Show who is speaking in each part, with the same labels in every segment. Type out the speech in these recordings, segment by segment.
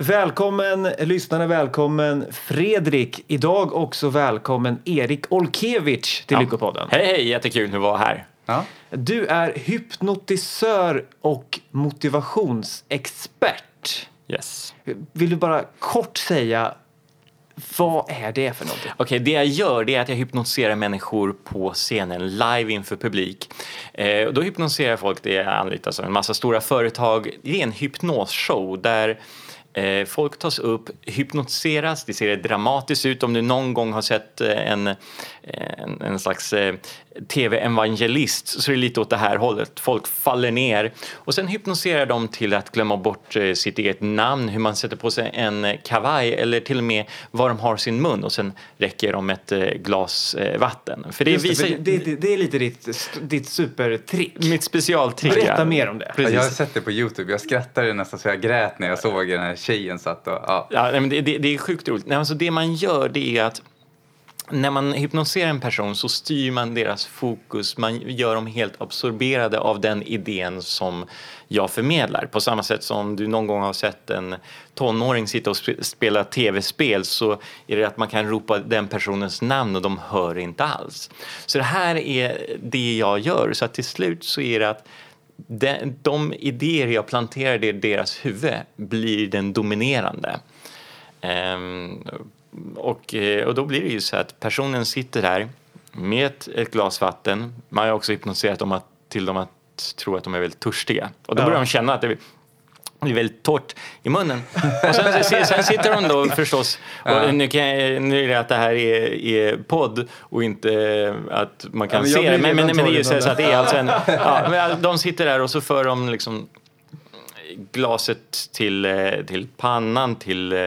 Speaker 1: Välkommen lyssnare, välkommen Fredrik. Idag också välkommen Erik Olkiewicz till Lyckopodden.
Speaker 2: Hej, jättekul att vara här.
Speaker 1: Ja. Du är hypnotisör och motivationsexpert.
Speaker 2: Yes.
Speaker 1: Vill du bara kort säga, vad är det för någonting?
Speaker 2: Okej, det jag gör det är att jag hypnotiserar människor på scenen live inför publik. Då hypnotiserar jag folk, det anlitas av en massa stora företag. Det är en hypnosshow där folk tas upp, hypnotiseras, det ser dramatiskt ut. Om du någon gång har sett en slags tv-evangelist så är det lite åt det här hållet. Folk faller ner och sen hypnotiserar de till att glömma bort sitt eget namn, hur man sätter på sig en kavaj eller till och med var de har sin mun och sen räcker de ett glas vatten. För det
Speaker 1: är lite ditt supertrick.
Speaker 2: Mitt specialtrick.
Speaker 1: Berätta mer om det.
Speaker 3: Jag har sett det på YouTube. Jag skrattade nästan så jag grät när jag såg den här tjejen satt och
Speaker 2: men det är sjukt roligt. Nej, alltså det man gör det är att när man hypnotiserar en person så styr man deras fokus. Man gör dem helt absorberade av den idén som jag förmedlar. På samma sätt som du någon gång har sett en tonåring sitta och spela tv-spel så är det att man kan ropa den personens namn och de hör inte alls. Så det här är det jag gör. Så att till slut så är det att de idéer jag planterar i deras huvud blir den dominerande. Och då blir det ju så att personen sitter där med ett glas vatten. Man har också hypnotiserat till dem att tro att de är väldigt törstiga. Och då börjar de känna att det är väldigt torrt i munnen. Och sen sitter de då förstås. Och nu är det att det här är podd och inte att man kan se det. Men det är ju så att det är alltså de sitter där och så för de liksom glaset till pannan, till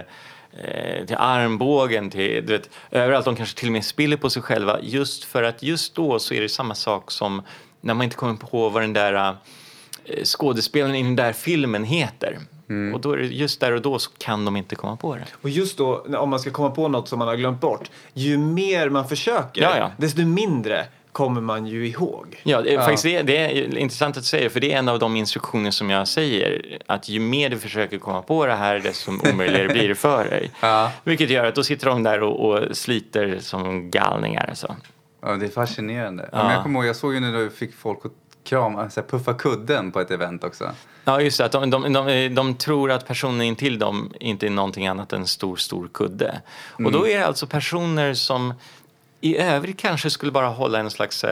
Speaker 2: armbågen, du vet, överallt. De kanske till och med spiller på sig själva just för att just då så är det samma sak som när man inte kommer på vad den där skådespelaren i den där filmen heter. Och då är det just där och då så kan de inte komma på det.
Speaker 1: Och just då, om man ska komma på något som man har glömt bort, ju mer man försöker, desto mindre kommer man ju ihåg.
Speaker 2: Faktiskt det är intressant att säga, för det är en av de instruktioner som jag säger, att ju mer du försöker komma på det här, desto omöjligare blir det för dig. Vilket gör att då sitter de där och sliter som galningar. Så.
Speaker 3: Ja, det är fascinerande. Men jag kommer ihåg, jag såg ju när du fick folk att puffa kudden på ett event också.
Speaker 2: Ja, just det. Att de tror att personen intill dem inte är någonting annat än en stor kudde. Och då är det alltså personer som i övrigt kanske skulle bara hålla en slags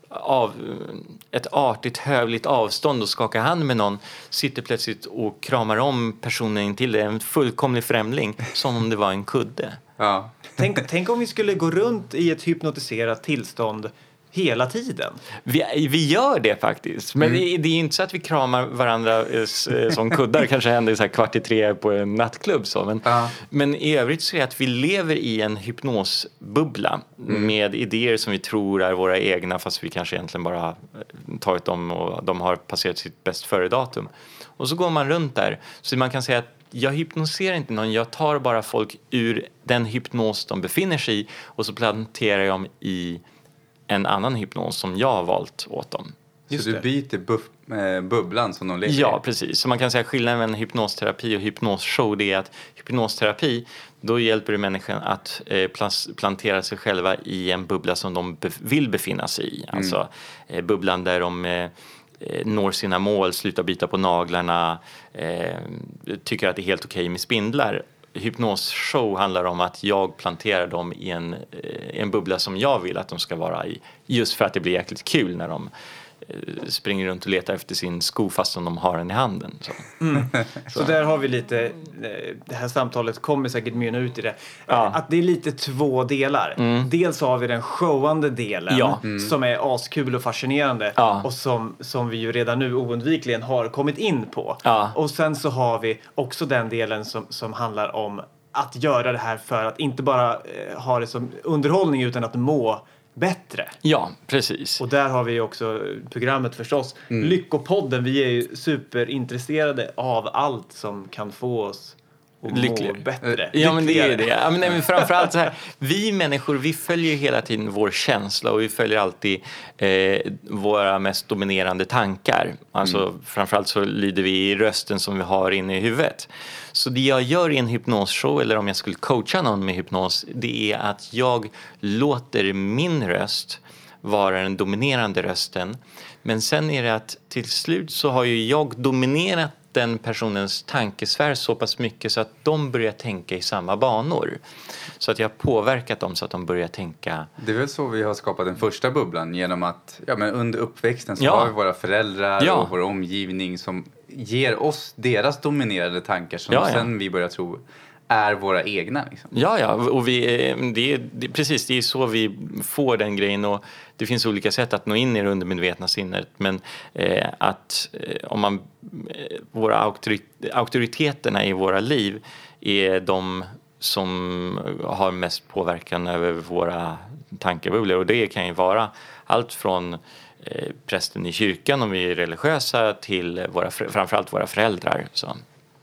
Speaker 2: ett artigt, hövligt avstånd och skaka hand med någon, sitter plötsligt och kramar om personen intill det, en fullkomlig främling, som om det var en kudde.
Speaker 3: Ja.
Speaker 1: Tänk om vi skulle gå runt i ett hypnotiserat tillstånd hela tiden.
Speaker 2: Vi gör det faktiskt. Men det är inte så att vi kramar varandra som kuddar. Kanske händer så här 2:45 på en nattklubb. Så. Men i övrigt så är det att vi lever i en hypnosbubbla med idéer som vi tror är våra egna, fast vi kanske egentligen bara tagit dem och de har passerat sitt bäst före datum. Och så går man runt där. Så man kan säga att jag hypnotiserar inte någon, jag tar bara folk ur den hypnos de befinner sig i och så planterar jag dem i en annan hypnos som jag har valt åt dem.
Speaker 3: Så du byter bubblan som de lever i?
Speaker 2: Ja, precis. Så man kan säga att skillnaden mellan hypnosterapi och hypnosshow, det är att hypnosterapi, då hjälper du människan att plantera sig själva i en bubbla som de vill befinna sig i. Alltså bubblan där de når sina mål, slutar bita på naglarna, tycker att det är helt okej med spindlar. Hypnosshow handlar om att jag planterar dem i en bubbla som jag vill att de ska vara i. Just för att det blir jäkligt kul när de springer runt och letar efter sin sko fast som de har den i handen.
Speaker 1: Så där har vi lite, det här samtalet kommer säkert mynna ut i det. Att det är lite två delar. Dels har vi den showande delen som är askul och fascinerande och som vi ju redan nu oundvikligen har kommit in på. Och sen så har vi också den delen som handlar om att göra det här för att inte bara ha det som underhållning utan att må bättre.
Speaker 2: Ja, precis.
Speaker 1: Och där har vi också programmet förstås. Lyckopodden, vi är ju superintresserade av allt som kan få oss och
Speaker 2: lyckligare.
Speaker 1: må bättre.
Speaker 2: Ja, men det är det. Ja, men framförallt så här, vi människor, vi följer hela tiden vår känsla och vi följer alltid våra mest dominerande tankar. Alltså framförallt så lyder vi i rösten som vi har inne i huvudet. Så det jag gör i en hypnosshow, eller om jag skulle coacha någon med hypnos, det är att jag låter min röst vara den dominerande rösten. Men sen är det att till slut så har ju jag dominerat den personens tankesfär så pass mycket så att de börjar tänka i samma banor. Så att jag har påverkat dem så att de börjar tänka...
Speaker 3: Det är väl så vi har skapat den första bubblan, genom att men under uppväxten så har vi våra föräldrar och vår omgivning som ger oss deras dominerade tankar som sen vi börjar tro är våra egna. Liksom.
Speaker 2: Ja, och precis, det är så vi får den grejen, och det finns olika sätt att nå in i det undermedvetna sinnet, men om man våra auktoriteterna i våra liv är de som har mest påverkan över våra tankebubblor, och det kan ju vara allt från prästen i kyrkan om vi är religiösa till framförallt våra föräldrar. Så.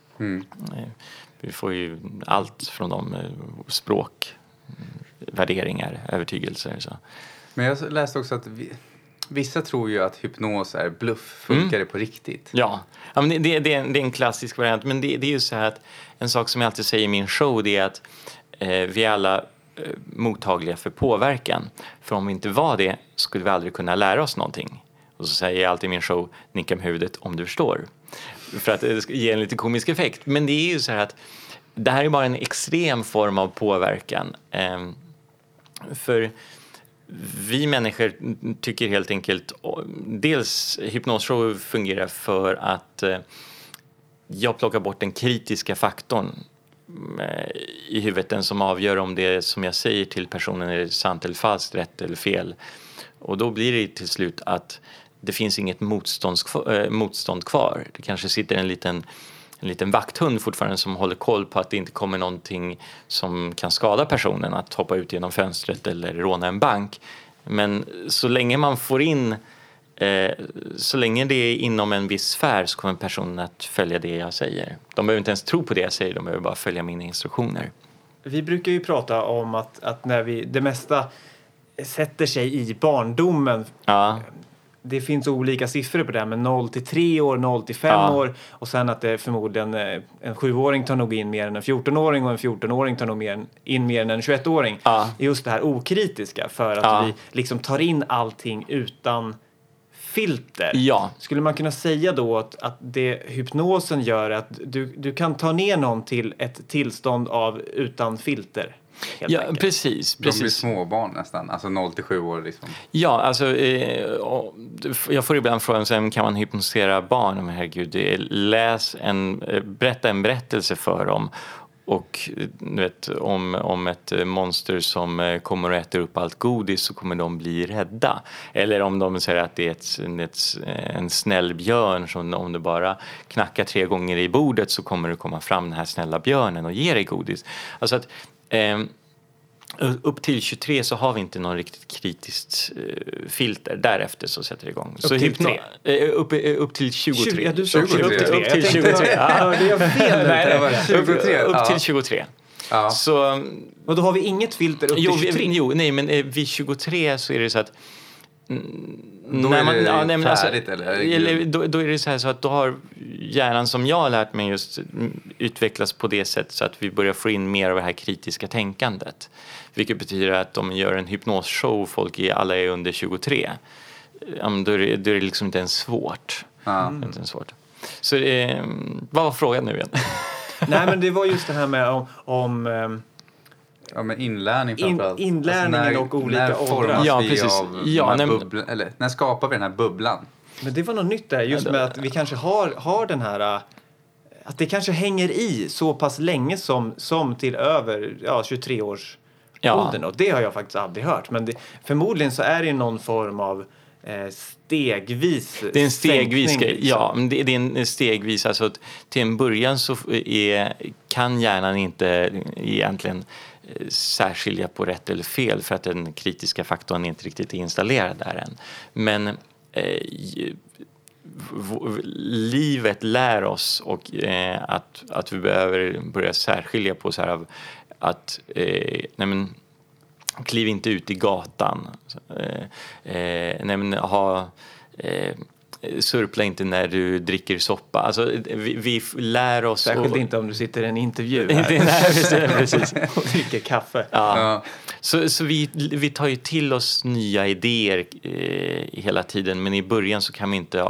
Speaker 2: Vi får ju allt från dem, språk, värderingar, övertygelser. Så.
Speaker 3: Men jag läste också att vissa tror ju att hypnos är bluff. Funkar det på riktigt?
Speaker 2: Ja, men det är en klassisk variant. Men det är ju så här att en sak som jag alltid säger i min show, det är att vi är alla mottagliga för påverkan. För om vi inte var det skulle vi aldrig kunna lära oss någonting. Och så säger jag alltid i min show, nicka med huvudet om du förstår. För att det ska ge en lite komisk effekt. Men det är ju så här att det här är bara en extrem form av påverkan. För vi människor tycker helt enkelt... Dels hypnosshow fungerar för att jag plockar bort den kritiska faktorn i huvudet. Den som avgör om det som jag säger till personen är sant eller falskt, rätt eller fel. Och då blir det till slut att det finns inget motstånd kvar. Det kanske sitter en liten vakthund fortfarande som håller koll på att det inte kommer någonting som kan skada personen, att hoppa ut genom fönstret eller råna en bank. Men så länge man får in, så länge det är inom en viss sfär, så kommer personen att följa det jag säger. De behöver inte ens tro på det jag säger, de behöver bara följa mina instruktioner.
Speaker 1: Vi brukar ju prata om att när det mesta sätter sig i barndomen.
Speaker 2: Ja.
Speaker 1: Det finns olika siffror på det, men 0 till 3 år, 0 till 5 år. Och sen att det förmodligen en 7-åring tar nog in mer än en 14-åring och en 14-åring tar nog in mer än en 21-åring. Just det här okritiska, för att vi liksom tar in allting utan filter.
Speaker 2: Ja.
Speaker 1: Skulle man kunna säga då att det hypnosen gör att du kan ta ner någon till ett tillstånd av utan filter?
Speaker 2: Ja, precis.
Speaker 3: De blir småbarn nästan, alltså 0 till 7 år liksom.
Speaker 2: Ja, alltså jag får ibland frågan, kan man hypnotisera barn? Men herregud, berätta en berättelse för dem. Och du vet, om ett monster som kommer och äter upp allt godis, så kommer de bli rädda. Eller om de säger att det är en snäll björn, som om du bara knackar 3 gånger i bordet så kommer det komma fram den här snälla björnen och ge dig godis. Alltså att upp till 23 så har vi inte någon riktigt kritiskt filter. Därefter så sätter det igång.
Speaker 1: Upp till 3?
Speaker 2: Upp till 23.
Speaker 1: Ja, du sa 23.
Speaker 2: Upp till 23.
Speaker 1: Ja, det är fel.
Speaker 2: Nej, upp till 23.
Speaker 3: Ja.
Speaker 1: Så, och då har vi inget filter upp till 23?
Speaker 2: Men vid 23 så är det så att...
Speaker 3: Då är det färdigt, eller?
Speaker 2: Då är det så att då har hjärnan, som jag har lärt mig, just utvecklas på det sättet så att vi börjar få in mer av det här kritiska tänkandet. Vilket betyder att om man gör en hypnosshow, alla är under 23, då är det liksom inte ens svårt. Inte ens svårt. Så vad var frågan nu igen?
Speaker 4: Nej, men det var just det här med om
Speaker 3: ja, men inlärning framförallt.
Speaker 1: Inlärningen och olika åldrar.
Speaker 3: Ja, precis. När skapar vi den här bubblan?
Speaker 1: Men det var något nytt där, just med att vi kanske har den här... Att det kanske hänger i så pass länge som till över 23 års åldern. Och det har jag faktiskt aldrig hört. Men förmodligen så är det någon form av stegvis.
Speaker 2: Det är en stegvis grej. Ja, men det är en stegvis. Alltså att till en början så kan hjärnan inte egentligen särskilja på rätt eller fel, för att den kritiska faktorn inte riktigt är installerad där än. Men livet lär oss och att vi behöver börja särskilja på så här att kliv inte ut i gatan. Surpla inte när du dricker soppa. Alltså, vi lär oss...
Speaker 1: Särskilt inte om du sitter i en intervju
Speaker 2: här. Precis.
Speaker 1: Och dricker kaffe.
Speaker 2: Ja. Så vi tar ju till oss nya idéer hela tiden. Men i början så kan vi inte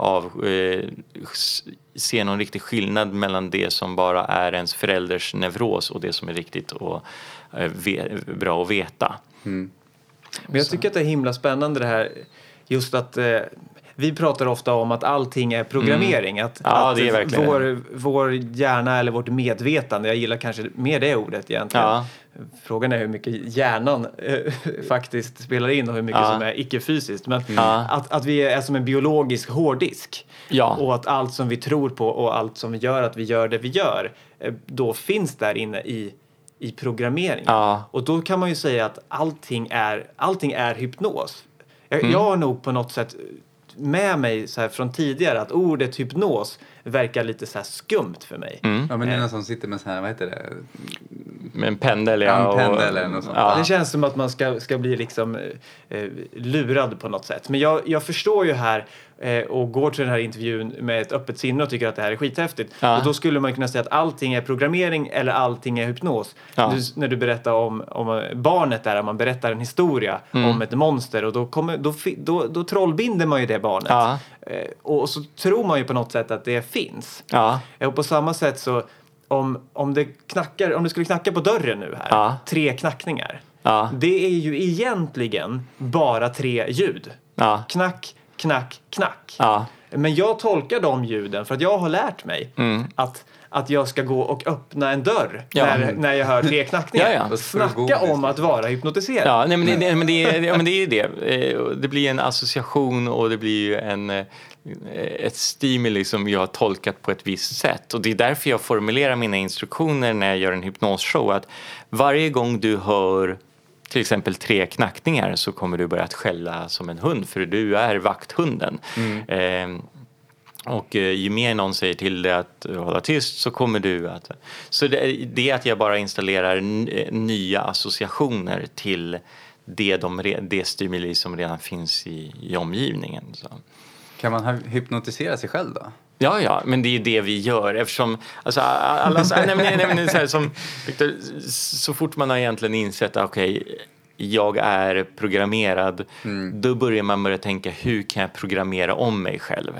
Speaker 2: se någon riktig skillnad mellan det som bara är ens förälders nevros och det som är riktigt och bra att veta.
Speaker 1: Men jag tycker att det är himla spännande det här. Just att... vi pratar ofta om att allting är programmering. Att
Speaker 2: det är verkligen
Speaker 1: vår hjärna eller vårt medvetande, jag gillar kanske mer det ordet egentligen. Ja. Frågan är hur mycket hjärnan faktiskt spelar in och hur mycket som är icke-fysiskt. Men att vi är som en biologisk hårddisk. Ja. Och att allt som vi tror på och allt som gör att vi gör det vi gör, då finns där inne i programmeringen. Ja. Och då kan man ju säga att allting är hypnos. Jag har nog på något sätt med mig så här från tidigare att ordet hypnos verkar lite så här skumt för mig.
Speaker 3: Ja, men det är någon som sitter med så här, vad heter det?
Speaker 2: Med en pendel,
Speaker 3: en pendel eller något sånt.
Speaker 1: Ja. Det känns som att man ska bli liksom lurad på något sätt. Men jag förstår ju här och går till den här intervjun med ett öppet sinne och tycker att det här är skithäftigt. Ja. Och då skulle man kunna säga att allting är programmering eller allting är hypnos. Ja. När du berättar om barnet där, man berättar en historia om ett monster och då trollbinder man ju det barnet. Ja. Och så tror man ju på något sätt att det finns. Ja. Och på samma sätt så om det skulle knacka på dörren nu här, 3 knackningar. Ja. Det är ju egentligen bara 3 ljud. Ja. Knack, knack, knack. Ja. Men jag tolkar de ljuden för att jag har lärt mig att jag ska gå och öppna en dörr när jag hör 3 knackningar. Ja. Snacka om att vara hypnotiserad.
Speaker 2: Ja, men det är ju det. Det blir en association och det blir ju ett stimuli som jag har tolkat på ett visst sätt. Och det är därför jag formulerar mina instruktioner när jag gör en hypnosshow. Att varje gång du hör till exempel 3 knackningar så kommer du börja att skälla som en hund. För du är vakthunden. Och ju mer någon säger till dig att hålla tyst så kommer du att... Så det är att jag bara installerar nya associationer till det stimuli som redan finns i omgivningen. Så.
Speaker 3: Kan man hypnotisera sig själv då?
Speaker 2: Ja, men det är det vi gör eftersom alltså alla så här som Victor, så fort man har egentligen insett okej, jag är programmerad, då börjar man börja tänka hur kan jag programmera om mig själv?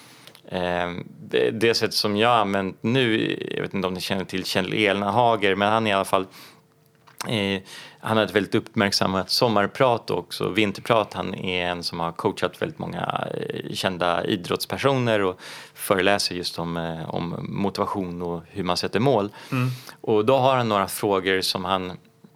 Speaker 2: Det sätt som jag har använt nu, jag vet inte om ni känner till Kjell Elnahager, men han är i alla fall han har ett väldigt uppmärksammat sommarprat också, vinterprat. Han är en som har coachat väldigt många kända idrottspersoner och föreläser just om motivation och hur man sätter mål. Och då har han några frågor som han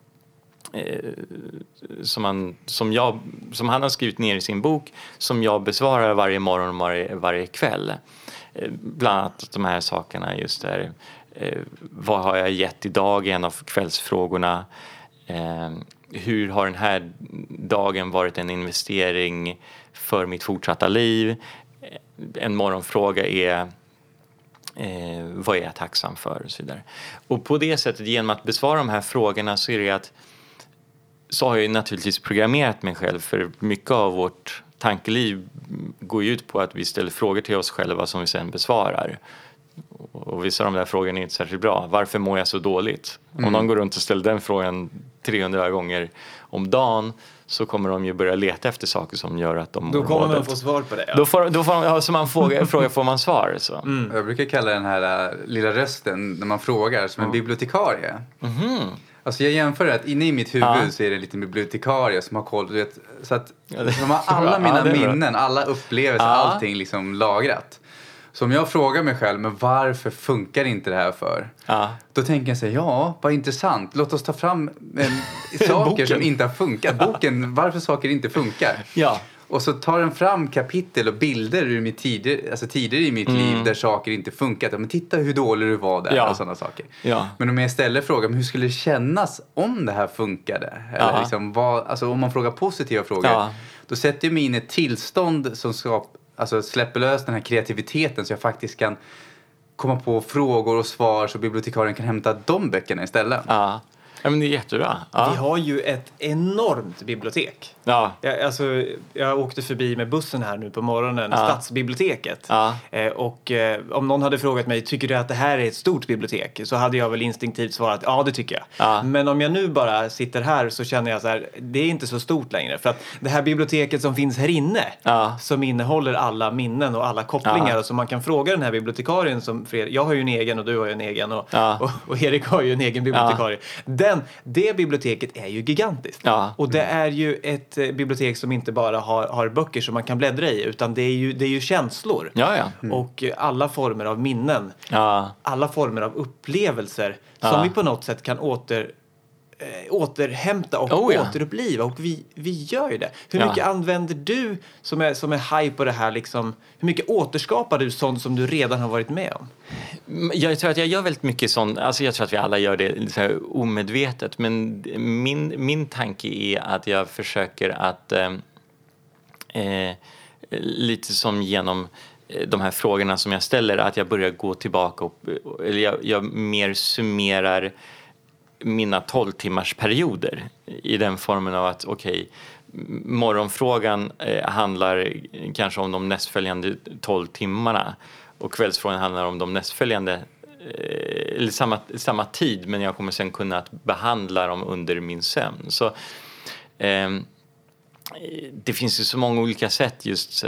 Speaker 2: har skrivit ner i sin bok som jag besvarar varje morgon och varje kväll. Bland annat de här sakerna just där. Vad har jag gett idag? En av kvällsfrågorna. Hur har den här dagen varit en investering för mitt fortsatta liv? En morgonfråga är vad är jag tacksam för och så vidare. Och på det sättet, genom att besvara de här frågorna så är det att så har jag naturligtvis programmerat mig själv, för mycket av vårt tankeliv går ju ut på att vi ställer frågor till oss själva som vi sen besvarar. Och vissa av de där frågorna är inte särskilt bra. Varför mår jag så dåligt? Om någon går runt och ställer den frågan 300 gånger om dagen så kommer de ju börja leta efter saker som gör att de
Speaker 1: då kommer man få svar på det. Ja.
Speaker 2: Då får de, som man frågar får man svar. Så.
Speaker 3: Jag brukar kalla den här lilla rösten när man frågar som en bibliotekarie. Alltså jag jämför att inne i mitt huvud så är det en liten bibliotekarie som har koll, du vet, så att de har alla mina minnen, alla upplevelser, allting liksom lagrat. Så om jag frågar mig själv, men varför funkar inte det här för? Då tänker jag så här, vad intressant. Låt oss ta fram saker som inte har funkat. Boken, varför saker inte funkar. Ja. Och så tar den fram kapitel och bilder ur mitt tidigare i mitt liv där saker inte funkat. Men titta hur dålig du var där och sådana saker. Ja. Men om jag istället frågar, men hur skulle det kännas om det här funkade? Eller liksom, om man frågar positiva frågor, då sätter jag mig in i ett tillstånd som alltså släpper lös den här kreativiteten så jag faktiskt kan komma på frågor och svar så bibliotekarien kan hämta de böckerna istället.
Speaker 2: Ja. Ja, men det är jättebra. Ja.
Speaker 1: Vi har ju ett enormt bibliotek.
Speaker 2: Ja.
Speaker 1: Jag åkte förbi med bussen här nu på morgonen, Stadsbiblioteket.
Speaker 2: Ja.
Speaker 1: Och om någon hade frågat mig, tycker du att det här är ett stort bibliotek? Så hade jag väl instinktivt svarat, ja det tycker jag.
Speaker 2: Ja.
Speaker 1: Men om jag nu bara sitter här så känner jag så här, det är inte så stort längre. För att det här biblioteket som finns här inne, som innehåller alla minnen och alla kopplingar. Och så man kan fråga den här bibliotekarien som jag har ju en egen och du har ju en egen och Erik har ju en egen bibliotekarie. Det biblioteket är ju gigantiskt.
Speaker 2: Ja.
Speaker 1: Och det är ju ett bibliotek som inte bara har böcker som man kan bläddra i, utan det är ju känslor.
Speaker 2: Ja.
Speaker 1: Och alla former av minnen.
Speaker 2: Ja.
Speaker 1: Alla former av upplevelser som vi på något sätt kan återhämta och återuppliva. Och vi gör ju det. Hur mycket använder du som är high på det här liksom? Hur mycket återskapar du sånt som du redan har varit med om?
Speaker 2: Jag tror att jag gör väldigt mycket sånt. Alltså jag tror att vi alla gör det så här omedvetet. Men min tanke är att jag försöker att lite som genom de här frågorna som jag ställer, att jag börjar gå tillbaka eller jag mer summerar mina 12-timmars perioder i den formen av att morgonfrågan handlar kanske om de nästföljande 12 timmarna och kvällsfrågan handlar om de nästföljande eller samma tid, men jag kommer sen kunna att behandla dem under min sömn. Så det finns ju så många olika sätt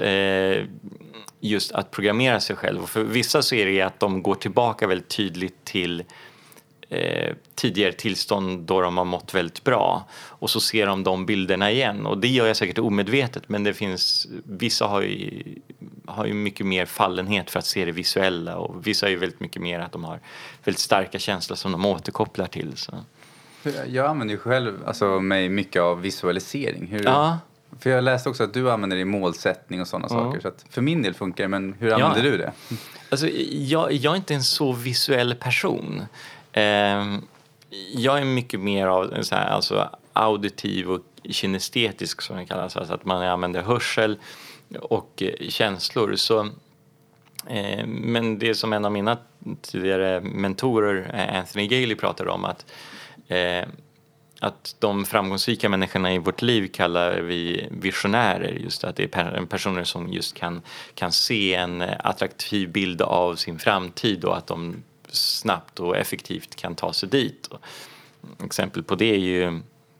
Speaker 2: just att programmera sig själv, och för vissa så är det att de går tillbaka väldigt tydligt till tidigare tillstånd då de har mått väldigt bra, och så ser de bilderna igen, och det gör jag säkert omedvetet, men det finns vissa har ju mycket mer fallenhet för att se det visuella, och vissa är ju väldigt mycket mer att de har väldigt starka känslor som de återkopplar till. Så.
Speaker 3: Jag använder ju själv mig mycket av visualisering. För jag läste också att du använder det i målsättning och sådana saker. Så att för min del funkar det, men hur använder du det?
Speaker 2: Alltså, jag är inte en så visuell person. Jag är mycket mer av en så här, alltså auditiv och kinestetisk som det kallas, alltså att man använder hörsel och känslor. Så, men det som en av mina tidigare mentorer, Anthony Gailey, pratade om, att de framgångsrika människorna i vårt liv kallar vi visionärer, just att det är personer som just kan se en attraktiv bild av sin framtid och att de snabbt och effektivt kan ta sig dit. Och exempel på det är ju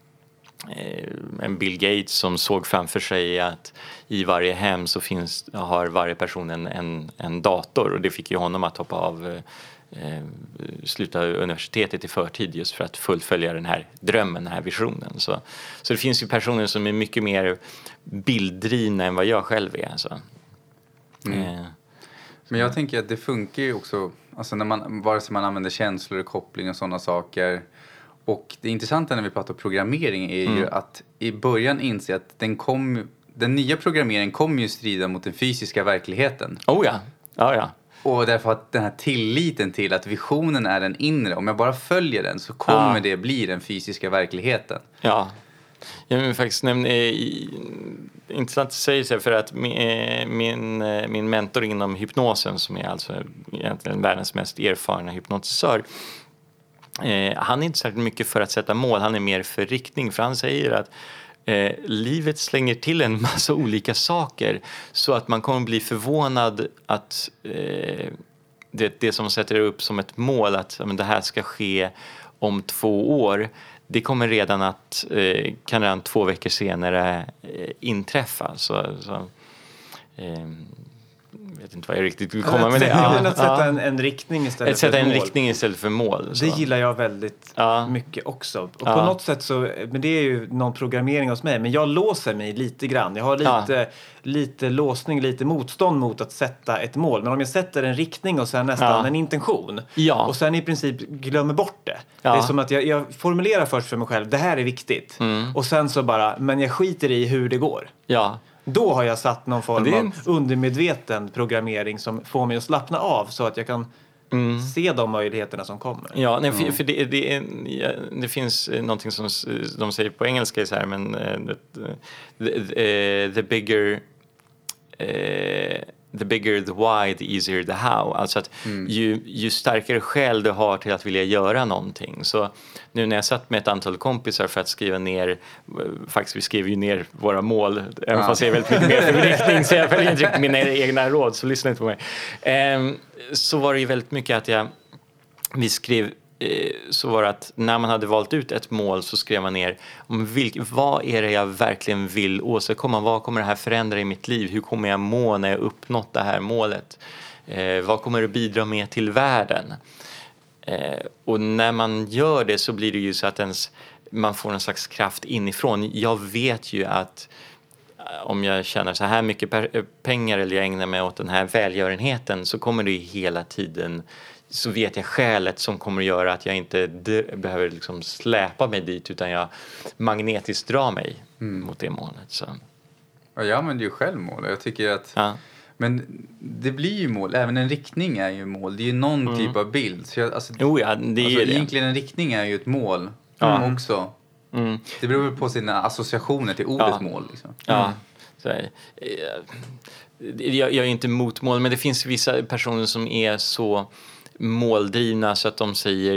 Speaker 2: en Bill Gates som såg framför sig att i varje hem så har varje person en dator, och det fick ju honom att hoppa av sluta universitetet i förtid just för att fullfölja den här drömmen, den här visionen. Så det finns ju personer som är mycket mer bilddrivna än vad jag själv är. Så.
Speaker 3: Men jag tänker att det funkar ju också, alltså när vare sig man använder känslor och koppling och sådana saker. Och det intressanta när vi pratar programmering är ju att i början inse att den nya programmeringen kommer ju strida mot den fysiska verkligheten.
Speaker 2: Ja.
Speaker 3: Och därför att den här tilliten till att visionen är den inre, om jag bara följer den så kommer det bli den fysiska verkligheten.
Speaker 2: Ja. Jag vill faktiskt nämna, intressant att säga så, för att min mentor inom hypnosen, som är alltså egentligen världens mest erfarna hypnotisör, han är inte särskilt mycket för att sätta mål, han är mer för riktning, för han säger att livet slänger till en massa olika saker så att man kommer bli förvånad att det som sätter upp som ett mål att det här ska ske om 2 år, det kommer kan redan 2 veckor senare inträffa. Så jag vet inte vad jag riktigt vill komma med det.
Speaker 1: Att sätta en riktning istället för mål.
Speaker 2: Sätta en riktning istället för mål. Så.
Speaker 1: Det gillar jag väldigt mycket också. Och på något sätt så, men det är ju någon programmering hos mig, men jag låser mig lite grann. Jag har lite låsning, lite motstånd mot att sätta ett mål. Men om jag sätter en riktning och sen nästan en intention och sen i princip glömmer bort det. Det är som att jag formulerar först för mig själv, det här är viktigt. Och sen så bara, men jag skiter i hur det går.
Speaker 2: Ja.
Speaker 1: Då har jag satt någon form av undermedveten programmering som får mig att slappna av så att jag kan se de möjligheterna som kommer.
Speaker 2: Ja, för det finns någonting som de säger på engelska så här, men the bigger the bigger the why, the easier the how. Alltså att ju starkare skäl du har till att vilja göra någonting. Så nu när jag satt med ett antal kompisar för att skriva ner, faktiskt vi skrev ju ner våra mål, även fast jag är väldigt mycket mer för riktning, så jag följer inte riktigt mina egna råd, så lyssna inte på mig. Så var det ju väldigt mycket att vi skrev, så var det att när man hade valt ut ett mål så skrev man ner vad är det jag verkligen vill åstadkomma, vad kommer det här förändra i mitt liv, hur kommer jag må när jag uppnått det här målet, vad kommer det bidra med till världen, och när man gör det så blir det ju så att man får en slags kraft inifrån. Jag vet ju att om jag tjänar så här mycket pengar eller jag ägnar mig åt den här välgörenheten, så kommer det ju hela tiden, så vet jag skälet som kommer att göra att jag inte behöver liksom släpa mig dit, utan jag magnetiskt drar mig mot det målet. Så.
Speaker 3: Ja, jag använder ju själv mål. Jag tycker att men det blir ju mål. Även en riktning är ju mål. Det är ju någon typ av bild. Så egentligen en riktning är ju ett mål också. Det beror väl på sina associationer till ordet mål. Liksom.
Speaker 2: Ja, så jag är inte mot mål, men det finns vissa personer som är så måldrivna så att de säger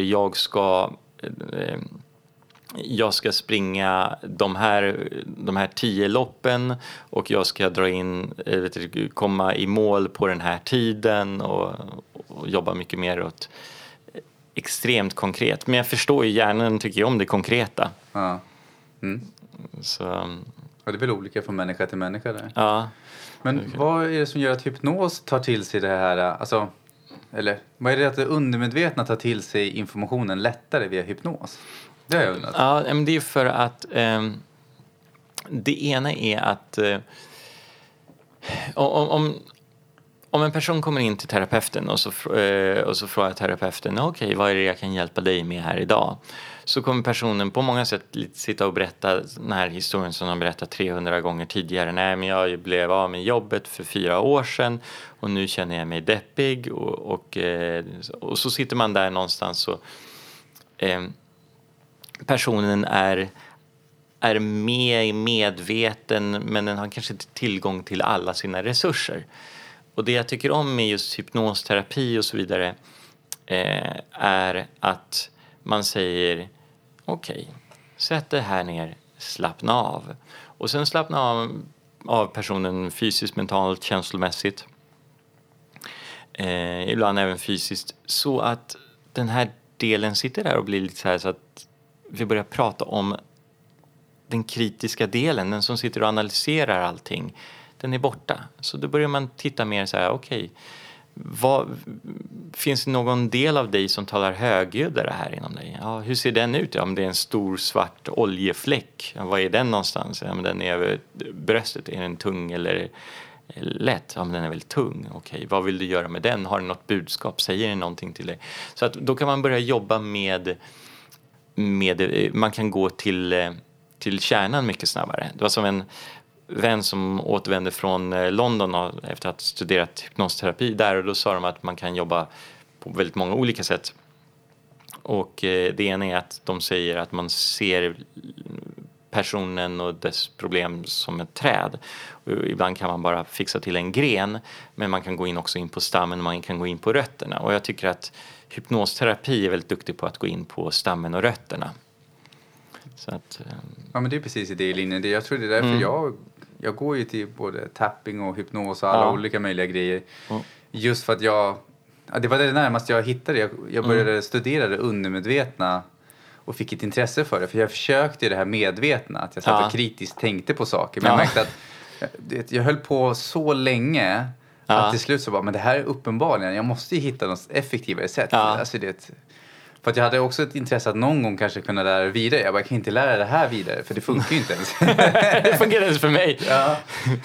Speaker 2: jag ska springa de här 10 loppen och jag ska komma i mål på den här tiden och jobba mycket mer åt extremt konkret. Men jag förstår ju, hjärnan tycker jag om det konkreta.
Speaker 3: Ja.
Speaker 2: Så.
Speaker 3: Och det är väl olika från människa till människa där.
Speaker 2: Ja.
Speaker 3: Men vad är det som gör att hypnos tar till sig det här, alltså, eller vad är det att det undermedvetna tar till sig informationen lättare via hypnos? Det har jag undrat.
Speaker 2: Ja, men det är för att det ena är att om en person kommer in till terapeuten och så frågar terapeuten, okej, vad är det jag kan hjälpa dig med här idag? Så kommer personen på många sätt sitta och berätta den här historien som de berättat 300 gånger tidigare. Nej, men jag blev av med jobbet för 4 år sedan och nu känner jag mig deppig. Och så sitter man där någonstans och personen är medveten, men den har kanske inte tillgång till alla sina resurser. Och det jag tycker om med just hypnosterapi och så vidare är att man säger okej, sätt det här ner, slappna av. Och sen slappna av personen fysiskt, mentalt, känslomässigt. Ibland även fysiskt. Så att den här delen sitter där och blir lite så här så att vi börjar prata om den kritiska delen, den som sitter och analyserar allting. Den är borta. Så då börjar man titta mer så här, okej, finns det någon del av dig som talar högljuddare här inom dig? Ja, hur ser den ut? Ja, om det är en stor svart oljefläck, ja, var är den någonstans? Ja, men den är över bröstet. Är den tung eller lätt? Ja, men den är väl tung. Okej, vad vill du göra med den? Har den något budskap? Säger den någonting till dig? Så att då kan man börja jobba med man kan gå till kärnan mycket snabbare. Det var som en vän som återvände från London efter att ha studerat hypnosterapi där, och då sa de att man kan jobba på väldigt många olika sätt. Och det ena är att de säger att man ser personen och dess problem som ett träd. Och ibland kan man bara fixa till en gren, men man kan gå in också in på stammen och man kan gå in på rötterna. Och jag tycker att hypnosterapi är väldigt duktig på att gå in på stammen och rötterna. Så att,
Speaker 3: ja, men det är precis i det linjen. Jag tror det är därför jag går ju till både tapping och hypnos och alla olika möjliga grejer. Just för att det var det närmaste jag hittade. Jag började studera det undermedvetna och fick ett intresse för det. För jag försökte det här medvetna, att jag satt och kritiskt tänkte på saker. Men jag märkte att jag höll på så länge att till slut så bara, men det här är uppenbarligen, jag måste ju hitta något effektivare sätt. Alltså för att jag hade också ett intresse att någon gång kanske kunna lära vidare. Jag kan inte lära det här vidare, för det funkar ju inte ens.
Speaker 2: Det fungerar ens för mig.
Speaker 3: Ja.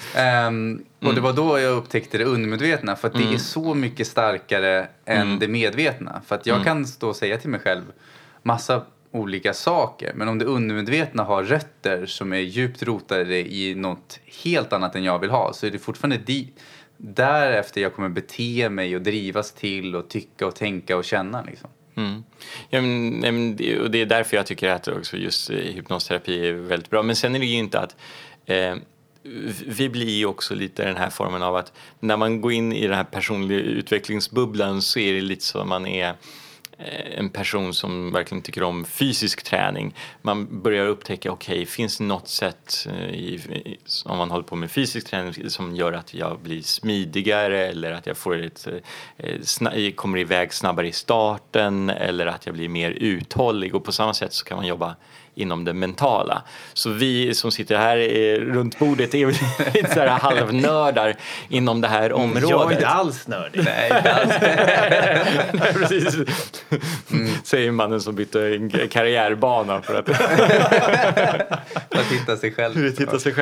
Speaker 3: Och det var då jag upptäckte det undermedvetna. För att det är så mycket starkare än det medvetna. För att jag kan stå och säga till mig själv massa olika saker. Men om det undermedvetna har rötter som är djupt rotade i något helt annat än jag vill ha, så är det fortfarande därefter jag kommer bete mig och drivas till och tycka och tänka och känna liksom.
Speaker 2: Ja, men det är därför jag tycker att också just hypnosterapi är väldigt bra. Men sen är det ju inte att vi blir ju också lite den här formen av att när man går in i den här personliga utvecklingsbubblan så är det lite så att man är en person som verkligen tycker om fysisk träning. Man börjar upptäcka, finns det något sätt om man håller på med fysisk träning som gör att jag blir smidigare eller att jag får kommer iväg snabbare i starten eller att jag blir mer uthållig, och på samma sätt så kan man jobba inom det mentala. Så vi som sitter här runt bordet är lite så här halvnördar inom det här området.
Speaker 1: Jag är inte alls nördig.
Speaker 3: Nej, inte alls.
Speaker 2: Nej, precis. Säger mannen som bytte en karriärbana för att
Speaker 3: hitta sig själv.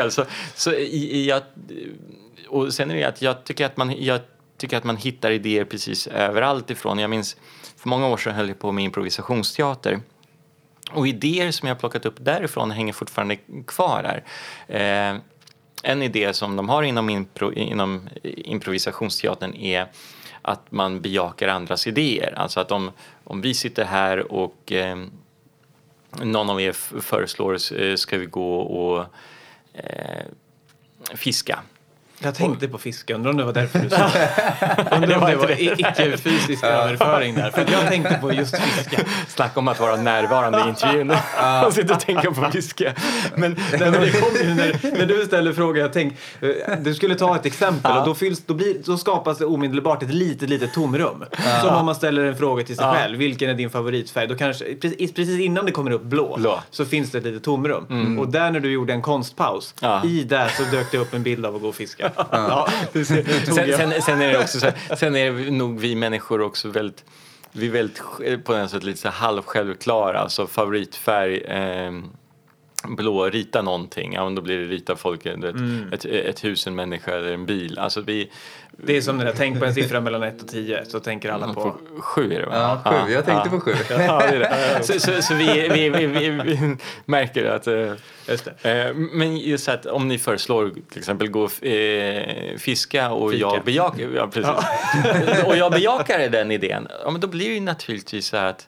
Speaker 2: Och sen är det att jag tycker att man hittar idéer precis överallt ifrån. Jag minns för många år sedan höll jag på med improvisationsteater. Och idéer som jag har plockat upp därifrån hänger fortfarande kvar där. En idé som de har inom improvisationsteatern är att man bejakar andras idéer. Alltså att om vi sitter här och någon av er föreslår ska vi gå och fiska.
Speaker 1: Jag tänkte på fiska, undrar om det var därför du sa undrar om det var icke-fysisk överföring där. För jag tänkte på just fiska.
Speaker 2: Snacka om att vara närvarande i intervjun. Och sitta och tänka på fiska.
Speaker 1: Men det kom ju när du ställer frågan, du skulle ta ett exempel och då skapas det omedelbart ett litet tomrum. Som om man ställer en fråga till sig själv. Vilken är din favoritfärg? Då kanske, precis innan det kommer upp blå. Så finns det ett litet tomrum. Och där när du gjorde en konstpaus, i där så dök det upp en bild av att gå och fiska.
Speaker 2: Sen är det också så här, sen är det nog vi människor också väldigt på något sätt lite så halvsjälvklara, alltså favoritfärg blå, rita någonting, då blir det rita folk ett hus, en människa eller en bil, alltså
Speaker 1: det är som det där, tänk på en siffra mellan 1 och 10 så tänker alla på
Speaker 2: 7 är det, va?
Speaker 3: Ja, 7. Jag tänkte på 7.
Speaker 2: Ja, det är det. Så vi märker att just det. Men just att om ni föreslår till exempel gå fiska och jag bejakar och jag bejakar den idén, men då blir det ju naturligtvis så att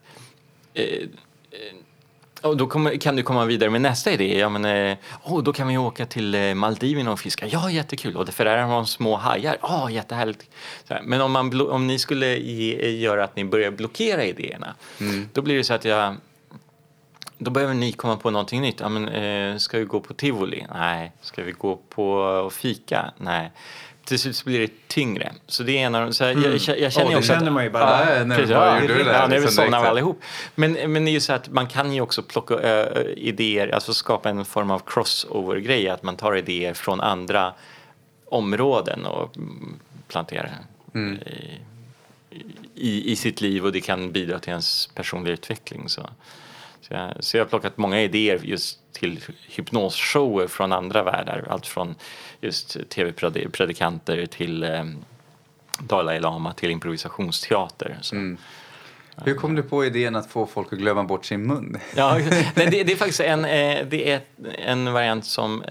Speaker 2: och då kan du komma vidare med nästa idé. Då kan vi åka till Maldiverna och fiska. Ja, jättekul. Och för där har de små hajar. Jättehärligt. Men om ni skulle göra att ni börjar blockera idéerna, då blir det så att då behöver ni komma på någonting nytt. Ska vi gå på Tivoli? Nej. Ska vi gå på fika? Nej. Till slut så blir det tyngre. Så det är en av de, så jag känner också
Speaker 1: känner man ju bara.
Speaker 2: Det är väl sådana allihop. Men det är ju så att man kan ju också plocka idéer, alltså skapa en form av crossover-grej, att man tar idéer från andra områden och planterar i sitt liv, och det kan bidra till ens personliga utveckling. Så jag har plockat många idéer just till hypnosshower från andra världar. Allt från just tv-predikanter till Dalai Lama till improvisationsteater.
Speaker 3: Hur kom du på idén att få folk att glömma bort sin mun?
Speaker 2: Ja, det är faktiskt en variant som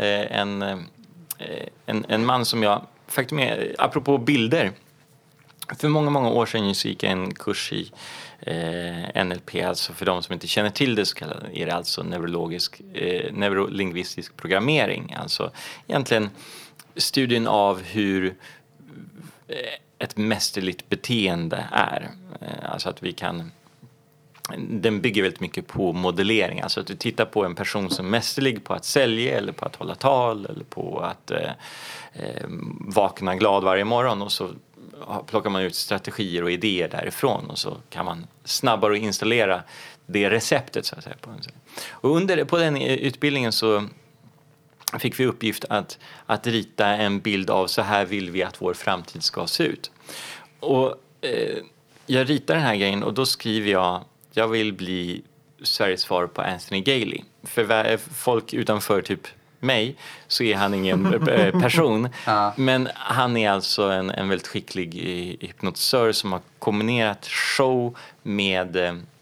Speaker 2: en man som jag faktiskt med, apropå bilder. För många år sedan så gick jag en kurs i NLP, alltså för de som inte känner till det så är det alltså neurolingvistisk programmering. Alltså egentligen studien av hur ett mästerligt beteende är. Alltså att den bygger väldigt mycket på modellering. Alltså att du tittar på en person som är mästerlig på att sälja eller på att hålla tal eller på att vakna glad varje morgon, och så plockar man ut strategier och idéer därifrån, och så kan man snabbare installera det receptet så att säga. Och på den utbildningen så fick vi uppgift att rita en bild av så här vill vi att vår framtid ska se ut. Och jag ritar den här grejen och då skriver jag vill bli Sveriges svar på Anthony Gailey. För folk utanför typ mig så är han ingen person. Men han är alltså en väldigt skicklig hypnotisör som har kombinerat show med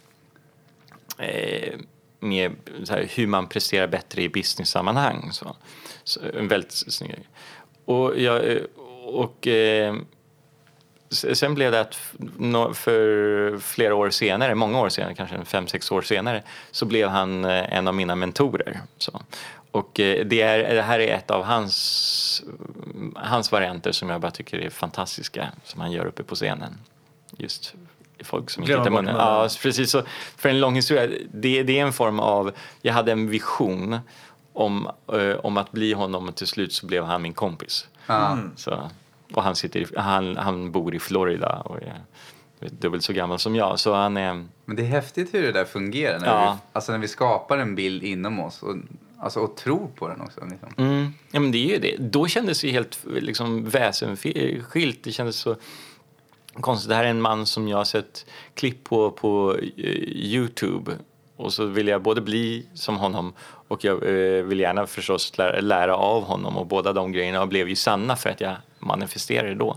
Speaker 2: så här, hur man presterar bättre i business-sammanhang. Så en väldigt snygg. sen blev det att för flera år senare, många år senare, kanske 5-6 år senare, så blev han en av mina mentorer. Så. Och det här är ett av hans varianter som jag bara tycker är fantastiska, som han gör uppe på scenen. Just folk som inte hittar munnen. Ja, precis. Så för en lång historia, det är en form av, jag hade en vision om att bli honom, och till slut så blev han min kompis. Så, och han bor i Florida och är dubbelt så gammal som jag, så han är...
Speaker 3: Men det är häftigt hur det där fungerar när vi skapar en bild inom oss och tror på den också liksom.
Speaker 2: Ja, men det är ju det. Då kändes det helt liksom väsensskilt. Det kändes så konstigt. Det här är en man som jag har sett klipp på YouTube, och så vill jag både bli som honom och jag vill gärna förstås lära av honom, och båda de grejerna blev ju sanna för att jag manifesterade då.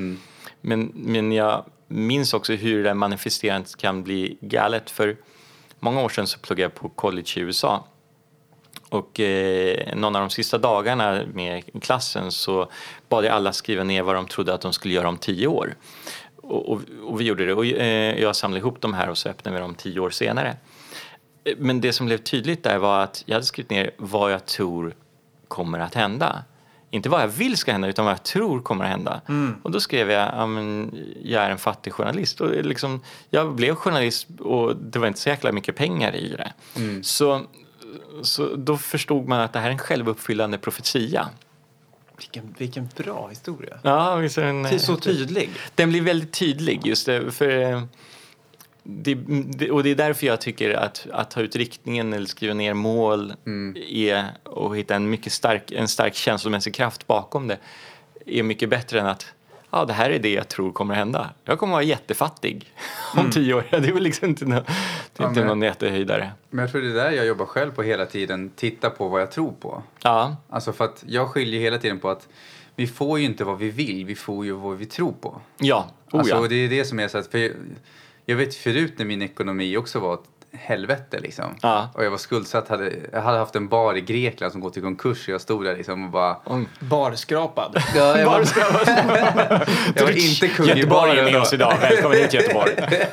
Speaker 2: Men jag minns också hur det manifesterandet kan bli galet. För många år sedan så pluggade jag på college i USA, och någon av de sista dagarna med klassen så bad jag alla skriva ner vad de trodde att de skulle göra om 10 år. Och vi gjorde det, och jag samlade ihop de här och så öppnade vi dem 10 år senare. Men det som blev tydligt där var att jag hade skrivit ner vad jag tror kommer att hända. Inte vad jag vill ska hända, utan vad jag tror kommer att hända. Och då skrev jag, jag är en fattig journalist. Och liksom, jag blev journalist och det var inte så jäkla mycket pengar i det. Så då förstod man att det här är en självuppfyllande profetia.
Speaker 1: Vilken bra historia.
Speaker 2: Ja, visst är den...
Speaker 1: Det är så tydlig.
Speaker 2: Den blir väldigt tydlig just det, för... och det är därför jag tycker att ta ut riktningen eller skriva ner mål och hitta en stark känslomässig kraft bakom det är mycket bättre än att det här är det jag tror kommer att hända. Jag kommer att vara jättefattig om 10 år. Det är väl liksom inte någon jättehöjdare.
Speaker 3: Men jag tror det är där jag jobbar själv på hela tiden. Titta på vad jag tror på.
Speaker 2: Ja.
Speaker 3: Alltså för att jag skiljer hela tiden på att vi får ju inte vad vi vill. Vi får ju vad vi tror på.
Speaker 2: Ja.
Speaker 3: Alltså det är det som är så att... För jag vet förut när min ekonomi också var ett helvete liksom. Och jag var skuldsatt. Jag hade haft en bar i Grekland som gått i konkurs. Och jag stod där liksom och bara...
Speaker 1: Barskrapad.
Speaker 3: Ja, jag var inte kung i baren.
Speaker 2: Göteborg är med oss idag. Välkommen hit Göteborg.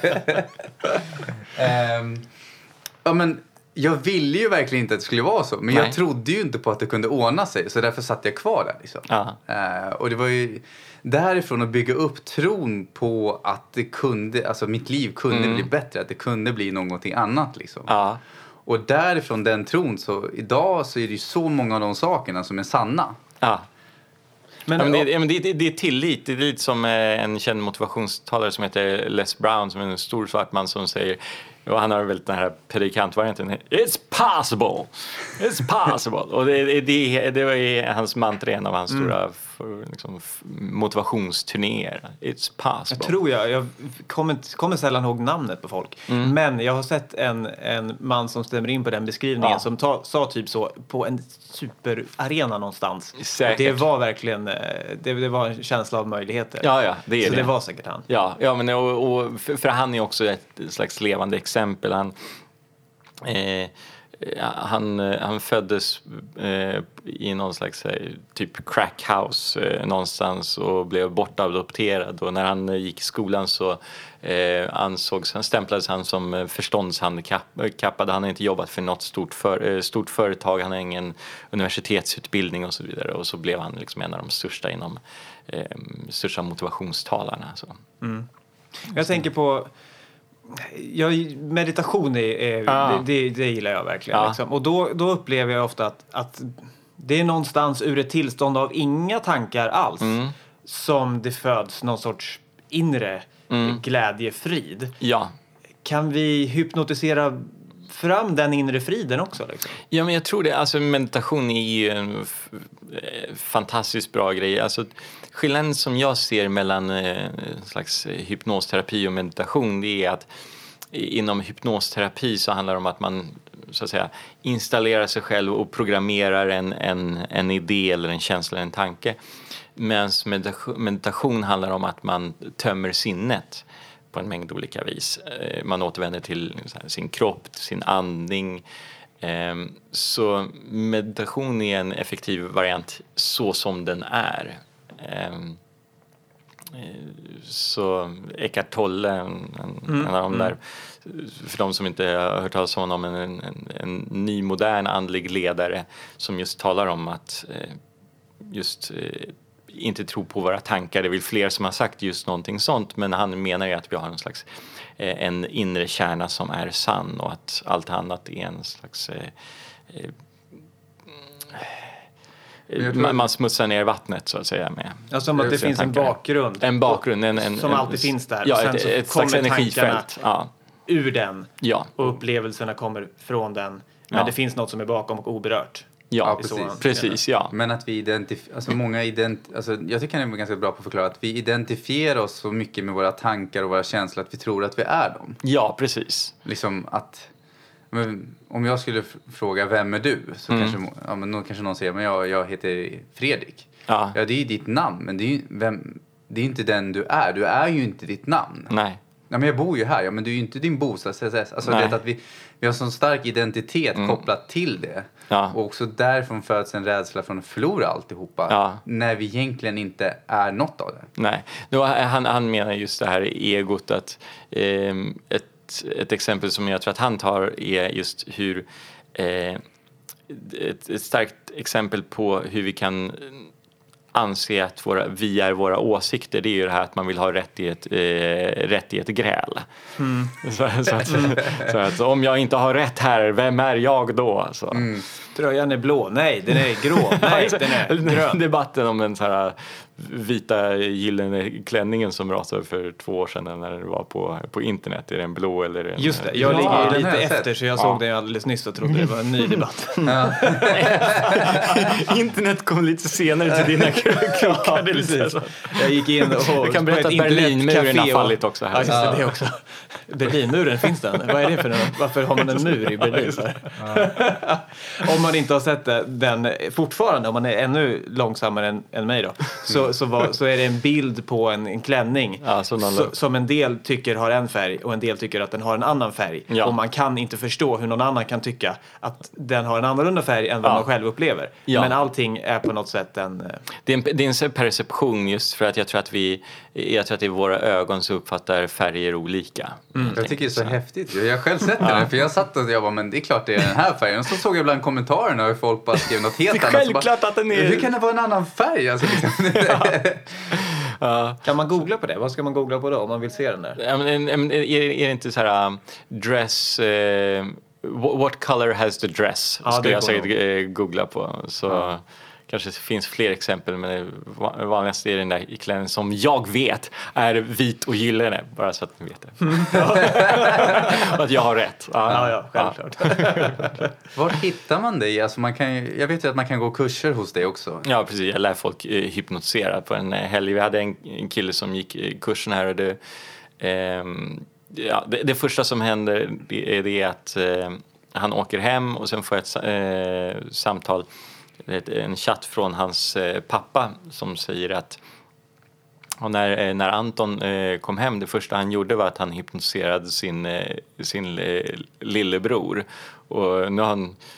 Speaker 3: Ja, men jag ville ju verkligen inte att det skulle vara så. Men jag trodde ju inte på att det kunde ordna sig. Så därför satt jag kvar där liksom. Och det var ju... Därifrån att bygga upp tron på att det kunde, alltså mitt liv kunde bli bättre, att det kunde bli någonting annat liksom. Och därifrån den tron, så idag så är det ju så många av de sakerna som är sanna.
Speaker 2: Men det är tillit. Det är lite som en känd motivationstalare som heter Les Brown, som är en stor svart man som säger, och han har väl den här predikantvarianten, It's possible! It's possible! Och det var hans mantra, en av hans stora liksom, motivationsturnéer. It's possible.
Speaker 1: Jag tror jag kommer sällan ihåg namnet på folk. Men jag har sett en man som stämmer in på den beskrivningen som sa typ så på en superarena någonstans.
Speaker 2: Säkert.
Speaker 1: Det var verkligen det var en känsla av möjligheter.
Speaker 2: Ja, det är
Speaker 1: så
Speaker 2: det.
Speaker 1: Det var säkert han.
Speaker 2: Ja, men och för han är också ett slags levande exempel. Han föddes i någon slags typ crackhouse någonstans och blev bortadopterad, och när han gick i skolan så stämplades han som förståndshandikappad. Han har inte jobbat för något stort företag, han har ingen universitetsutbildning och så vidare, och så blev han liksom en av de största största motivationstalarna så.
Speaker 1: Jag tänker på meditation det gillar jag verkligen liksom. Och då upplever jag ofta att det är någonstans ur ett tillstånd av inga tankar alls som det föds någon sorts inre glädjefrid. Kan vi hypnotisera fram den inre friden också liksom?
Speaker 2: Ja, men jag tror det. Alltså meditation är ju en fantastiskt bra grej. Alltså skillnaden som jag ser mellan en slags hypnosterapi och meditation, det är att inom hypnosterapi så handlar det om att man så att säga installerar sig själv och programmerar en idé eller en känsla eller en tanke. Medan meditation handlar om att man tömmer sinnet på en mängd olika vis. Man återvänder till sin kropp, sin andning. Så meditation är en effektiv variant så som den är. så Eckhart Tolle, en av de där, för de som inte har hört talas om honom, en ny modern andlig ledare som just talar om att inte tro på våra tankar. Det är väl fler som har sagt just någonting sånt, men han menar ju att vi har en slags en inre kärna som är sann och att allt annat är en slags man smutsar ner vattnet så att säga med.
Speaker 1: Ja, som att det finns
Speaker 2: tankar.
Speaker 1: En bakgrund. Som alltid finns där.
Speaker 2: Ja,
Speaker 1: och sen
Speaker 2: ett slags energifält. Ja.
Speaker 1: Ur den.
Speaker 2: Ja.
Speaker 1: Och upplevelserna kommer från den. Men det finns något som är bakom och oberört.
Speaker 2: Ja, precis, ja.
Speaker 3: Men att vi jag tycker han är ganska bra på att förklara att vi identifierar oss så mycket med våra tankar och våra känslor att vi tror att vi är dem.
Speaker 2: Ja, precis.
Speaker 3: Liksom att om jag skulle fråga vem är du, så kanske någon säger men jag heter Fredrik. Ja, det är ju ditt namn, men det är inte den du är. Du är ju inte ditt namn.
Speaker 2: Nej.
Speaker 3: Ja, men jag bor ju här. Ja, men du är ju inte din bostadsadress. Alltså det att vi har sån stark identitet kopplat till det. Ja. Och också därifrån föds en rädsla från att förlora alltihopa. När vi egentligen inte är något av det.
Speaker 2: Nej. Han menar just det här egot att ett exempel som jag tror att han tar är just hur ett starkt exempel på hur vi kan anse att vi är våra åsikter, det är ju det här att man vill ha rätt i ett gräl. Så att om jag inte har rätt här, vem är jag då? Så.
Speaker 1: Tröjan är blå, nej den är grå, nej den är grön.
Speaker 2: Debatten om den så här vita gyllene klänningen som rasade för 2 år sedan när det var på internet. Är den blå eller är den...
Speaker 1: Just det, jag ligger lite efter så jag såg den alldeles nyss och trodde det var en ny debatt.
Speaker 2: Internet kom lite senare till dina krockar.
Speaker 1: Jag gick in och...
Speaker 2: Jag kan berätta att Berlinmuren har fallit också här.
Speaker 1: Ja, det också. Berlinmuren, finns den? Vad är det för någon? Varför har man en mur i Berlin? Om man inte har sett den fortfarande, om man är ännu långsammare än mig då, så är det en bild på en klänning som en del tycker har en färg och en del tycker att den har en annan färg. Ja. Och man kan inte förstå hur någon annan kan tycka att den har en annorlunda färg än vad man själv upplever. Ja. Men allting är på något sätt
Speaker 2: det är en perception, just för att jag tror att i våra ögon så uppfattar färger olika.
Speaker 3: Jag tycker det är så häftigt. Jag har själv sett det, för jag satt och jag bara, men det är klart det är den här färgen. Och så såg jag ibland kommentarerna hur folk bara skrev något helt annat.
Speaker 2: Självklart att den är...
Speaker 3: Hur kan det vara en annan färg? Alltså, liksom.
Speaker 1: Kan man googla på det? Vad ska man googla på då om man vill se den där?
Speaker 2: Är det inte så här dress... what color has the dress? Ska jag säkert googla på. Så... Kanske finns fler exempel, men det vanligaste är den där i klänningen som jag vet är vit och gyllene, bara så att ni vet det. Och att jag har rätt.
Speaker 1: Ja, självklart.
Speaker 3: Var hittar man dig? Alltså jag vet ju att man kan gå kurser hos dig också.
Speaker 2: Ja, precis. Jag lär folk hypnotisera på en helg. Vi hade en kille som gick kursen här och det första som händer är att han åker hem och sen får jag ett samtal, en chatt från hans pappa som säger att när Anton kom hem, det första han gjorde var att han hypnotiserade sin lillebror. Och nu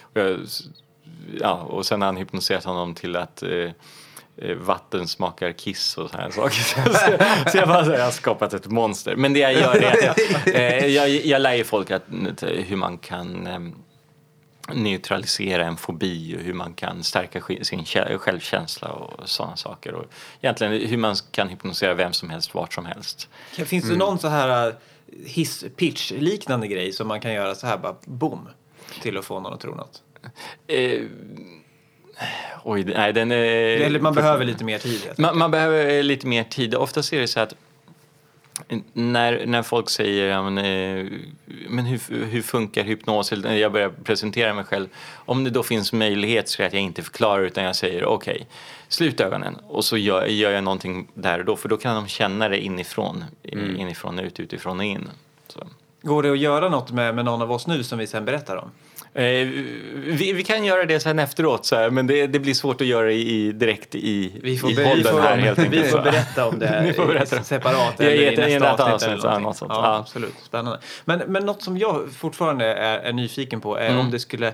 Speaker 2: och sen har han hypnotiserat honom till att vatten smakar kiss och sådana saker. Så jag har skapat ett monster. Men det jag gör är att jag lär ju folk hur man kan neutralisera en fobi och hur man kan stärka sin självkänsla och sådana saker. Och egentligen hur man kan hypnotisera vem som helst, vart som helst.
Speaker 1: Finns det någon så här hiss-pitch-liknande grej som man kan göra så här bara boom till att få någon att tro något?
Speaker 2: Nej, den är...
Speaker 1: Eller man behöver lite mer tid.
Speaker 2: Man behöver lite mer tid. Oftast är det så att när folk säger men hur funkar hypnos, eller jag börjar presentera mig själv, om det då finns möjlighet så att jag inte förklarar utan jag säger okej, slut ögonen och så gör jag någonting där och då, för då kan de känna det inifrån ut, utifrån och in. Så.
Speaker 1: Går det att göra något med någon av oss nu som vi sen berättar om?
Speaker 2: Vi kan göra det sen efteråt så här, men det blir svårt att göra direkt i podden här helt enkelt.
Speaker 1: Vi får berätta om det separat eller i nästa avsnitt eller något. Ja, absolut, spännande. Men något som jag fortfarande är nyfiken på är om det skulle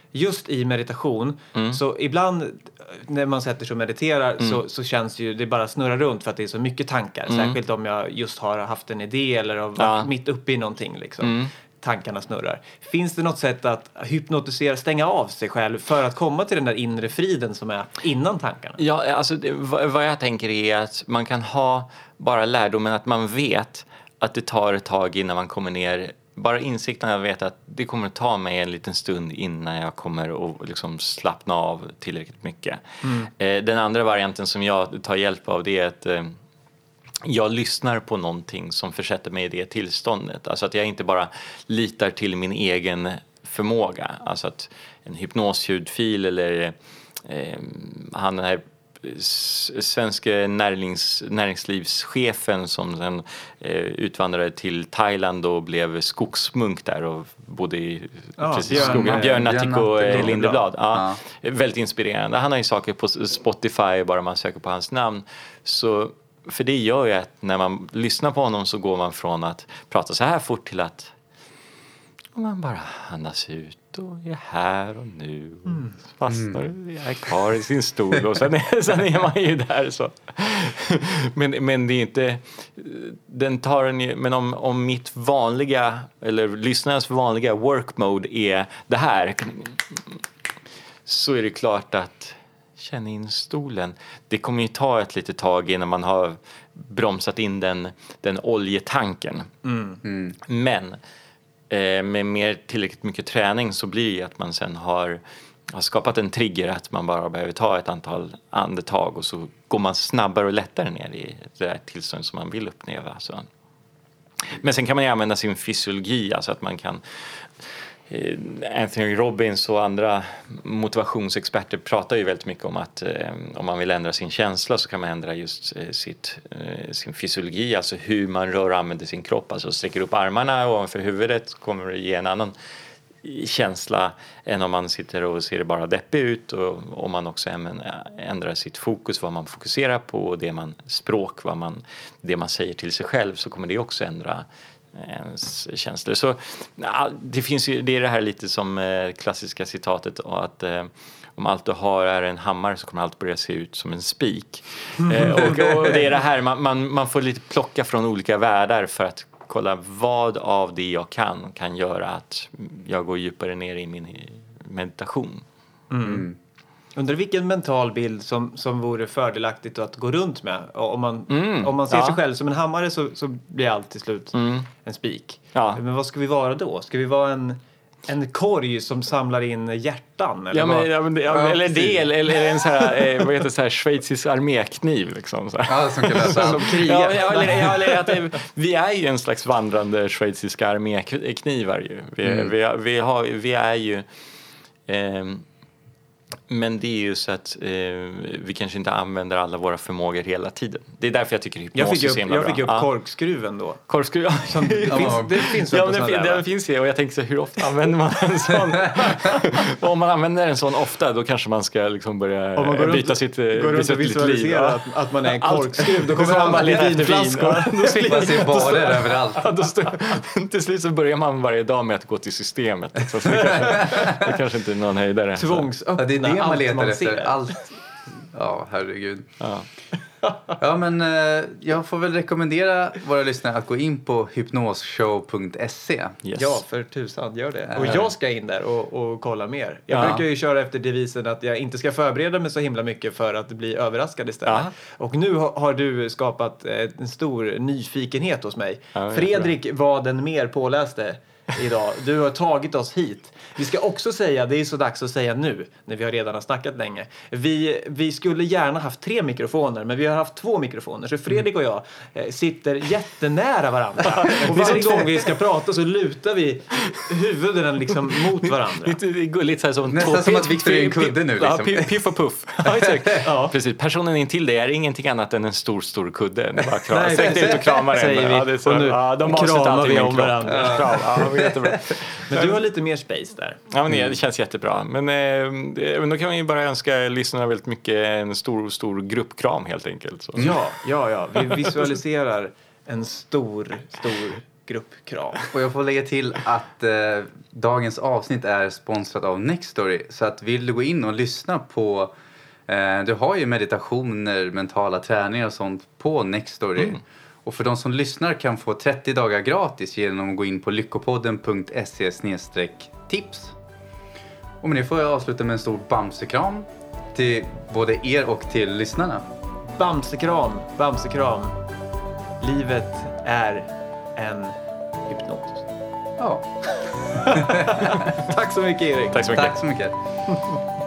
Speaker 1: just i meditation, så ibland när man sätter sig och mediterar så känns ju det bara snurra runt för att det är så mycket tankar. Särskilt om jag just har haft en idé eller har varit mitt uppe i någonting liksom. Tankarna snurrar. Finns det något sätt att hypnotisera, stänga av sig själv för att komma till den där inre friden som är innan tankarna?
Speaker 2: Ja, alltså vad jag tänker är att man kan ha bara lärdomen att man vet att det tar ett tag innan man kommer ner. Bara insikten jag vet att det kommer att ta mig en liten stund innan jag kommer att liksom slappna av tillräckligt mycket. Den andra varianten som jag tar hjälp av, det är att jag lyssnar på någonting som försätter mig i det tillståndet. Alltså att jag inte bara litar till min egen förmåga. Alltså att en hypnosljudfil eller han är svenska näringslivschefen som sen utvandrade till Thailand och blev skogsmunk där och bodde i skogen. Björn Natthiko och Lindeblad. Ja. Väldigt inspirerande. Han har ju saker på Spotify bara man söker på hans namn. Så för det gör ju att när man lyssnar på honom så går man från att prata så här fort till att man bara andas ut och är här och nu och fastnar är kvar i sin stol och sen är man ju där så. Men det är inte den tar en ju, men om mitt vanliga eller lyssnarens vanliga work mode är det här, så är det klart att känna in stolen. Det kommer ju ta ett litet tag innan man har bromsat in den oljetanken. Men med mer tillräckligt mycket träning så blir det att man sen har skapat en trigger att man bara behöver ta ett antal andetag och så går man snabbare och lättare ner i det där tillståndet som man vill uppleva. Så. Men sen kan man ju använda sin fysiologi, alltså att man kan Anthony Robbins och andra motivationsexperter pratar ju väldigt mycket om att om man vill ändra sin känsla så kan man ändra just sin fysiologi, alltså hur man rör och använder sin kropp, alltså sträcker upp armarna ovanför huvudet kommer det ge en annan känsla än om man sitter och ser bara deppig ut, och om man också ändrar sitt fokus, vad man fokuserar på och det man det man säger till sig själv, så kommer det också ändra ens känslor. Så det finns ju, det är det här lite som klassiska citatet att om allt du har är en hammare så kommer allt börja se ut som en spik. Och det är det här, man får lite plocka från olika världar för att kolla vad av det jag kan göra att jag går djupare ner i min meditation.
Speaker 1: Undrar vilken mental bild som vore fördelaktigt att gå runt med. Om man ser sig själv som en hammare så blir allt till slut en spik. Ja. Men vad ska vi vara då? Ska vi vara en korg som samlar in hjärtan? Eller eller en så här, vad heter det, så här schweizisk armékniv liksom, så här.
Speaker 3: Ja, som kan läsa
Speaker 1: som krigar.
Speaker 2: Vi är ju en slags vandrande schweiziska arméknivar ju. Vi är ju men det är ju så att vi kanske inte använder alla våra förmågor hela tiden. Det är därför jag tycker hypnos är så himla bra.
Speaker 1: Jag fick upp korkskruven då.
Speaker 2: Korkskruven?
Speaker 1: Det finns
Speaker 2: den finns ju. Och jag tänkte så, hur ofta använder man en sån? Och om man använder en sån ofta, då kanske man ska liksom börja byta sitt
Speaker 1: liv. Att man är en korkskruv. Då kommer man lite vinflaskor.
Speaker 3: Man ser barer överallt.
Speaker 2: Till slut så börjar man varje dag med att gå till systemet. Det kanske inte är någon höjdare.
Speaker 1: Tvångsöppna.
Speaker 3: Det är det man letar efter. Allt. Ja, herregud. Ja, men jag får väl rekommendera våra lyssnare att gå in på hypnosshow.se.
Speaker 1: Yes. Ja, för tusan, gör det. Och jag ska in där och kolla mer. Jag brukar ju köra efter devisen att jag inte ska förbereda mig så himla mycket för att bli överraskad istället. Och nu har du skapat en stor nyfikenhet hos mig. Fredrik var den mer påläste idag. Du har tagit oss hit. Vi ska också säga, det är så dags att säga nu när vi redan har snackat länge. Vi skulle gärna haft 3 mikrofoner, men vi har haft 2 mikrofoner. Så Fredrik och jag sitter jättenära varandra. Och varje gång vi ska prata så lutar vi huvuden liksom mot varandra.
Speaker 2: Det är gulligt så här, som
Speaker 3: nästan som att Victor är en kudde nu liksom.
Speaker 2: Ja, piff och puff. Ja, exakt. Ja. Precis. Personen intill dig är ingenting annat än en stor kudde. Det bara sträck ut och kramar den.
Speaker 1: Säger vi.
Speaker 2: Ja, det är så.
Speaker 1: Och nu
Speaker 2: de
Speaker 1: kramar vi om varandra.
Speaker 2: Jättebra.
Speaker 1: Men du har lite mer space där.
Speaker 2: Ja, men det känns jättebra. Men då kan man ju bara önska lyssnarna väldigt mycket en stor gruppkram helt enkelt. Så.
Speaker 1: Ja. Vi visualiserar en stor gruppkram.
Speaker 3: Och jag får lägga till att dagens avsnitt är sponsrat av Nextory. Så att vill du gå in och lyssna på... du har ju meditationer, mentala träningar och sånt på Nextory. Och för de som lyssnar kan få 30 dagar gratis genom att gå in på lyckopodden.se/tips. Och med det får jag avsluta med en stor bamsekram till både er och till lyssnarna.
Speaker 1: Bamsekram, bamsekram. Livet är en hypnos.
Speaker 3: Ja.
Speaker 1: Tack så mycket, Erik.
Speaker 2: Tack så mycket.
Speaker 3: Tack så mycket.